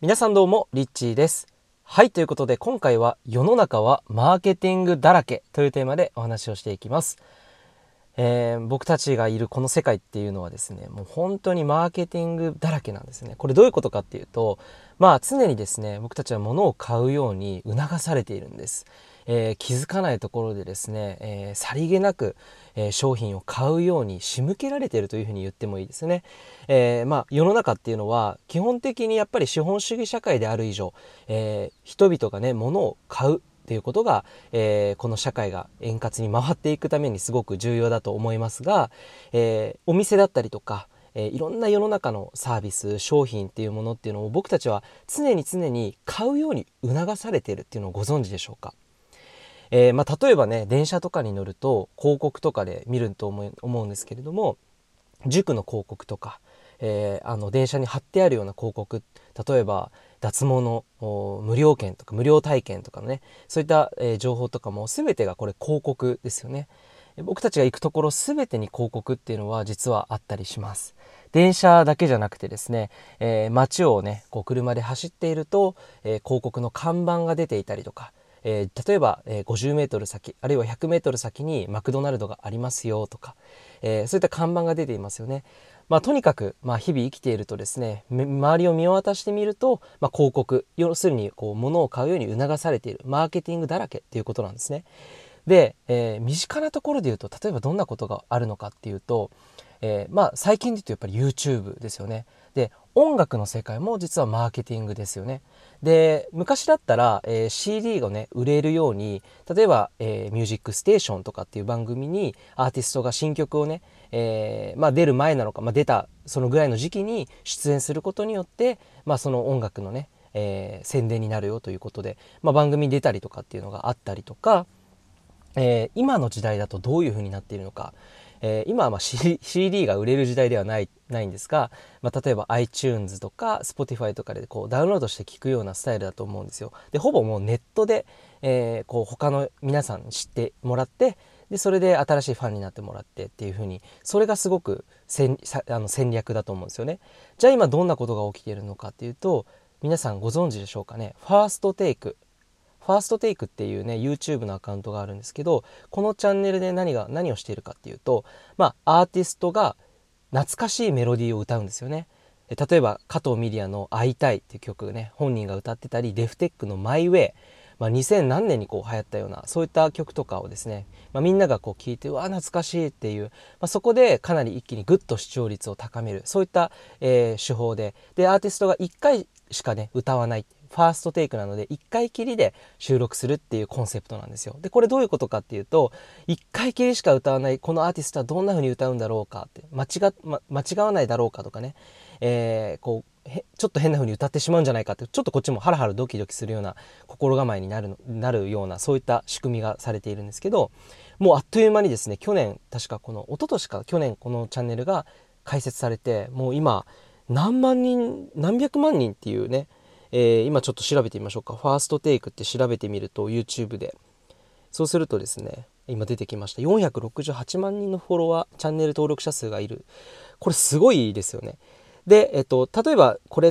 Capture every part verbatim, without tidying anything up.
皆さんどうもリッチーです。はい、ということで今回は世の中はマーケティングだらけというテーマでお話をしていきます。えー、僕たちがいるこの世界っていうのはですね、もう本当にマーケティングだらけなんですね。これどういうことかっていうと、まあ常にですね、僕たちは物を買うように促されているんです。えー、気づかないところでですね、えー、さりげなく、えー、商品を買うように仕向けられているというふうに言ってもいいですね。えー、まあ世の中っていうのは基本的にやっぱり資本主義社会である以上、えー、人々がね、物を買うっていうことが、えー、この社会が円滑に回っていくためにすごく重要だと思いますが、えー、お店だったりとか、えー、いろんな世の中のサービス商品っていうものっていうのを僕たちは常に常に買うように促されているっていうのをご存知でしょうか。えーまあ、例えばね、電車とかに乗ると広告とかで見ると思う思うんですけれども、塾の広告とか、えー、あの電車に貼ってあるような広告、例えば脱毛の無料券とか無料体験とかのね、そういった、えー、情報とかも全てがこれ広告ですよね。僕たちが行くところ全てに広告っていうのは実はあったりします。電車だけじゃなくてですね、えー、街をねこう車で走っていると、えー、広告の看板が出ていたりとか、えー、例えば、えー、ごじゅうメートル先あるいはひゃくメートル先にマクドナルドがありますよとか、えー、そういった看板が出ていますよね。まあ、とにかく、まあ、日々生きているとですね、周りを見渡してみると、まあ、広告、要するにこう物を買うように促されているマーケティングだらけっていうことなんですね。で、えー、身近なところで言うと、例えばどんなことがあるのかっていうと、えー、まあ最近で言うとやっぱり YouTube ですよね。で、音楽の世界も実はマーケティングですよね。で、昔だったら、えー、シーディー がね売れるように、例えば、えー、ミュージックステーションとかっていう番組にアーティストが新曲をね、えー、まあ出る前なのか、まあ、出たそのぐらいの時期に出演することによって、まあその音楽のね、えー、宣伝になるよということで、まあ、番組に出たりとかっていうのがあったりとか、えー、今の時代だとどういう風になっているのか、えー、今はまあ シーディー が売れる時代ではない、ないんですが、まあ、例えば iTunes とか Spotify とかでこうダウンロードして聴くようなスタイルだと思うんですよ。で、ほぼもうネットで、えー、こう他の皆さんに知ってもらって、でそれで新しいファンになってもらってっていう風に、それがすごく戦あの戦略だと思うんですよね。じゃあ今どんなことが起きているのかっていうと、皆さんご存知でしょうかね。ファーストテイクファーストテイクっていうね YouTube のアカウントがあるんですけど、このチャンネルで何が何をしているかっていうと、まあアーティストが懐かしいメロディーを歌うんですよね。例えば加藤ミリアの「会いたい」っていう曲ね、本人が歌ってたり、デフテックの「マイ・ウェイ」、まあ、にせん何年にこう流行ったようなそういった曲とかをですね、まあ、みんながこう聴いて、うわ懐かしいっていう、まあ、そこでかなり一気にグッと視聴率を高める、そういった、えー手法で、でアーティストがいっかいしかね歌わない、ファーストテイクなのでいっかいきりで収録するっていうコンセプトなんですよ。でこれどういうことかっていうと、いっかいきりしか歌わないこのアーティストはどんな風に歌うんだろうかって、間違、ま、間違わないだろうかとかね、えー、こうへちょっと変な風に歌ってしまうんじゃないかって、ちょっとこっちもハラハラドキドキするような心構えになるなるような、そういった仕組みがされているんですけど、もうあっという間にですね、去年確かこの一昨年か去年このチャンネルが開設されて、もう今何万人何百万人っていうね、えー、今ちょっと調べてみましょうか。ファーストテイクって調べてみると YouTube で、そうするとですね、今出てきましたよんひゃくろくじゅうはちまん人のフォロワーチャンネル登録者数がいる。これすごいですよね。で、えっと、例えばこれって、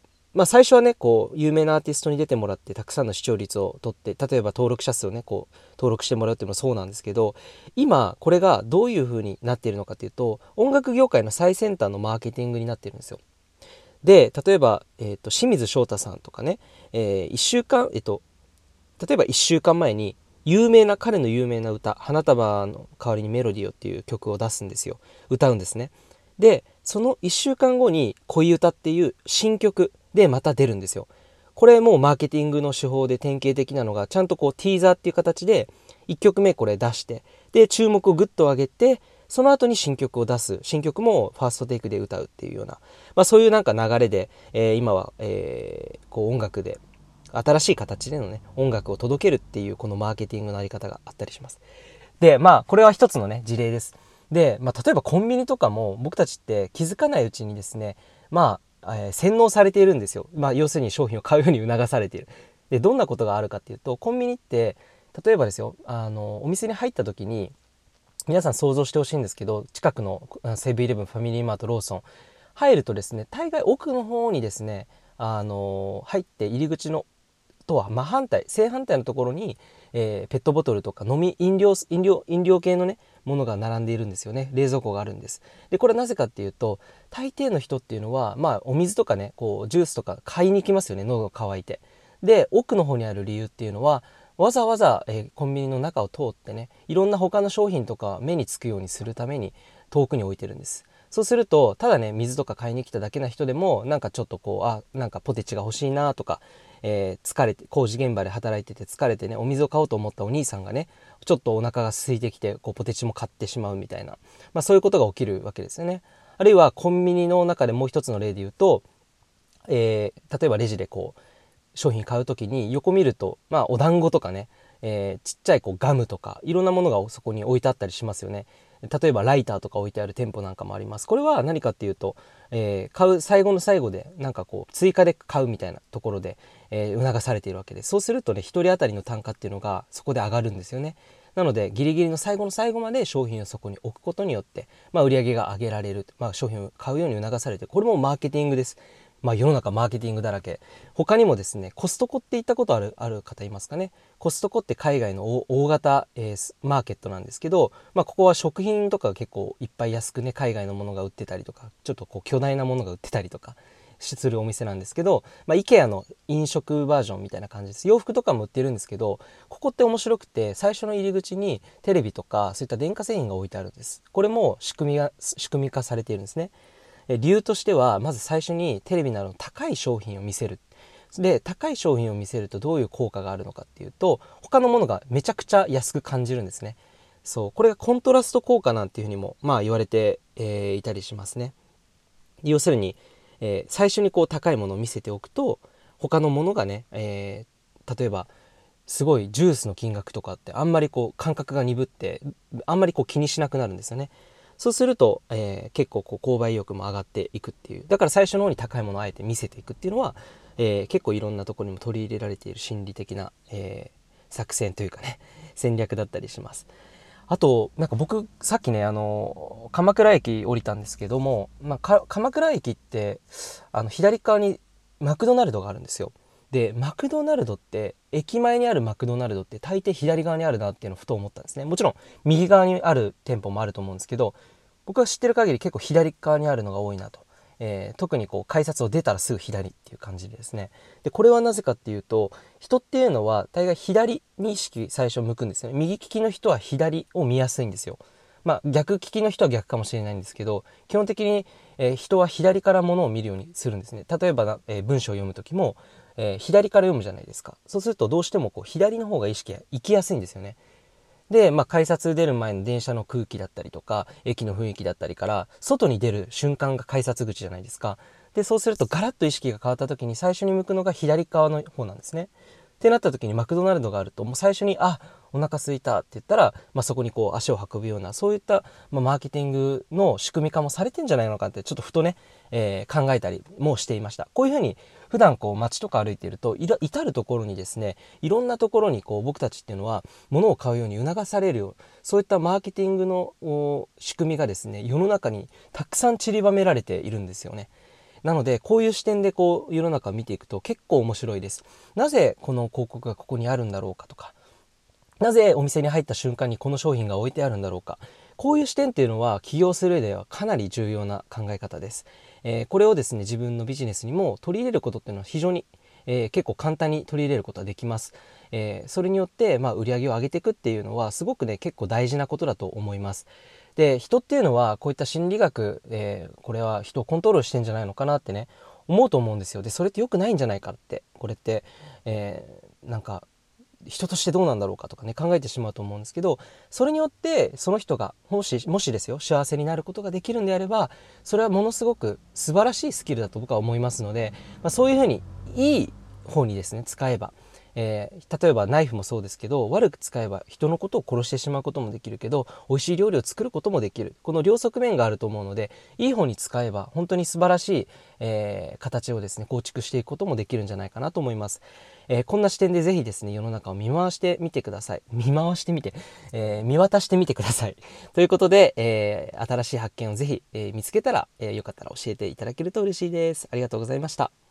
まあ、最初はねこう有名なアーティストに出てもらってたくさんの視聴率を取って、例えば登録者数をねこう登録してもらうっていうのもそうなんですけど、今これがどういう風になっているのかというと、音楽業界の最先端のマーケティングになっているんですよ。で例えば、えー、と清水翔太さんとかね、えー、いっしゅうかん、えっと、例えばいっしゅうかんまえに有名な彼の有名な歌「花束の代わりにメロディーを」っていう曲を出すんですよ。歌うんですね。でそのいっしゅうかんごに恋歌っていう新曲でまた出るんですよ。これもマーケティングの手法で典型的なのが、ちゃんとこうティーザーっていう形でいっきょくめこれ出して、で注目をグッと上げて、その後に新曲を出す、新曲もファーストテイクで歌うっていうような、まあ、そういうなんか流れで、えー、今は、えー、こう音楽で新しい形でのね音楽を届けるっていうこのマーケティングのあり方があったりします。でまあこれは一つのね事例です。で、まあ、例えばコンビニとかも僕たちって気づかないうちにですね、まあ、えー洗脳されているんですよ。まあ要するに商品を買うように促されている。でどんなことがあるかっていうと、コンビニって例えばですよ、あのお店に入った時に皆さん想像してほしいんですけど、近くのセブンイレブン、ファミリーマート、ローソン入るとですね、大概奥の方にですね、 あの入って入り口のとは真反対正反対のところに、えーペットボトルとか飲み飲料飲料飲料系のねものが並んでいるんですよね。冷蔵庫があるんです。でこれはなぜかっていうと、大抵の人っていうのはまあお水とかねこうジュースとか買いに行きますよね、喉が渇いて。で奥の方にある理由っていうのは、わざわざ、えーコンビニの中を通ってね、いろんな他の商品とか目につくようにするために遠くに置いてるんです。そうするとただね水とか買いに来ただけな人でも、なんかちょっとこうあなんかポテチが欲しいなとか、えー疲れて工事現場で働いてて疲れてねお水を買おうと思ったお兄さんがね、ちょっとお腹が空いてきてこうポテチも買ってしまうみたいな、まあ、そういうことが起きるわけですよね。あるいはコンビニの中でもう一つの例で言うと、えー例えばレジでこう商品買う時に横見ると、まあ、お団子とかね、えーちっちゃいこうガムとかいろんなものがそこに置いてあったりしますよね。例えばライターとか置いてある店舗なんかもあります。これは何かっていうと、えー買う最後の最後でなんかこう追加で買うみたいなところで、えー促されているわけです。そうするとね、ひとり当たりの単価っていうのがそこで上がるんですよね。なのでギリギリの最後の最後まで商品をそこに置くことによって、まあ、売り上げが上げられる、まあ、商品を買うように促されて、これもマーケティングです。まあ、世の中マーケティングだらけ。他にもですね、コストコって行ったことあるある方いますかね。コストコって海外の大大型、えーマーケットなんですけど、まあ、ここは食品とかが結構いっぱい安くね海外のものが売ってたりとか、ちょっとこう巨大なものが売ってたりとかするお店なんですけど、まあ、IKEA の飲食バージョンみたいな感じです。洋服とかも売ってるんですけど、ここって面白くて、最初の入り口にテレビとかそういった電化製品が置いてあるんです。これも仕組みが仕組み化されているんですね。理由としては、まず最初にテレビなどの高い商品を見せる。で高い商品を見せるとどういう効果があるのかっていうと、他のものがめちゃくちゃ安く感じるんですね。そうこれがコントラスト効果なんていうふうにもまあ言われて、えーいたりしますね。要するに、えー最初にこう高いものを見せておくと、他のものがね、えー例えばすごいジュースの金額とかってあんまりこう感覚が鈍って、あんまりこう気にしなくなるんですよね。そうすると、えー結構こう購買意欲も上がっていくっていう。だから最初の方に高いものをあえて見せていくっていうのは、えー結構いろんなところにも取り入れられている心理的な、えー作戦というかね、戦略だったりします。あとなんか僕さっきね、あの鎌倉駅降りたんですけども、まあ、か鎌倉駅ってあの左側にマクドナルドがあるんですよ。でマクドナルドって駅前にあるマクドナルドって大抵左側にあるなっていうのをふと思ったんですね。もちろん右側にある店舗もあると思うんですけど、僕が知ってる限り結構左側にあるのが多いなと。えー特にこう改札を出たらすぐ左っていう感じでですね。でこれはなぜかっていうと、人っていうのは大概左に意識最初向くんですよね。右利きの人は左を見やすいんですよ。まあ逆利きの人は逆かもしれないんですけど、基本的に、えー人は左からものを見るようにするんですね。例えばな、えー文章を読む時も、えー左から読むじゃないですか。そうするとどうしてもこう左の方が意識が行きやすいんですよね。で、まあ、改札出る前の電車の空気だったりとか駅の雰囲気だったりから外に出る瞬間が改札口じゃないですか。でそうするとガラッと意識が変わった時に最初に向くのが左側の方なんですね。ってなった時にマクドナルドがあるともう最初にあお腹空いたって言ったら、まあ、そこにこう足を運ぶようなそういった、まあ、マーケティングの仕組み化もされてんじゃないのかってちょっとふとね、えー考えたりもしていました。こういうふうに普段こう街とか歩いているといら至る所にですね、いろんなところにこう僕たちっていうのは物を買うように促されるよう、そういったマーケティングのお仕組みがですね世の中にたくさん散りばめられているんですよね。なのでこういう視点でこう世の中を見ていくと結構面白いです。なぜこの広告がここにあるんだろうかとか、なぜお店に入った瞬間にこの商品が置いてあるんだろうか。こういう視点っていうのは起業する上ではかなり重要な考え方です。えーこれをですね自分のビジネスにも取り入れることっていうのは非常に、えー結構簡単に取り入れることができます。えーそれによって、まあ、売り上げを上げていくっていうのはすごくね結構大事なことだと思います。で人っていうのはこういった心理学、えーこれは人をコントロールしてんじゃないのかなってね思うと思うんですよ。でそれって良くないんじゃないかって、これって、えーなんか人としてどうなんだろうかとかね考えてしまうと思うんですけど、それによってその人がもしもしですよ幸せになることができるんであれば、それはものすごく素晴らしいスキルだと僕は思いますので、まあ、そういうふうにいい方にですね使えば、えー例えばナイフもそうですけど、悪く使えば人のことを殺してしまうこともできるけど美味しい料理を作ることもできる、この両側面があると思うので、いい方に使えば本当に素晴らしい、えー形をですね構築していくこともできるんじゃないかなと思います。えーこんな視点でぜひですね世の中を見回してみてください。見回してみて、えー見渡してみてください。ということで、えー新しい発見をぜひ、えー見つけたら、えーよかったら教えていただけると嬉しいです。ありがとうございました。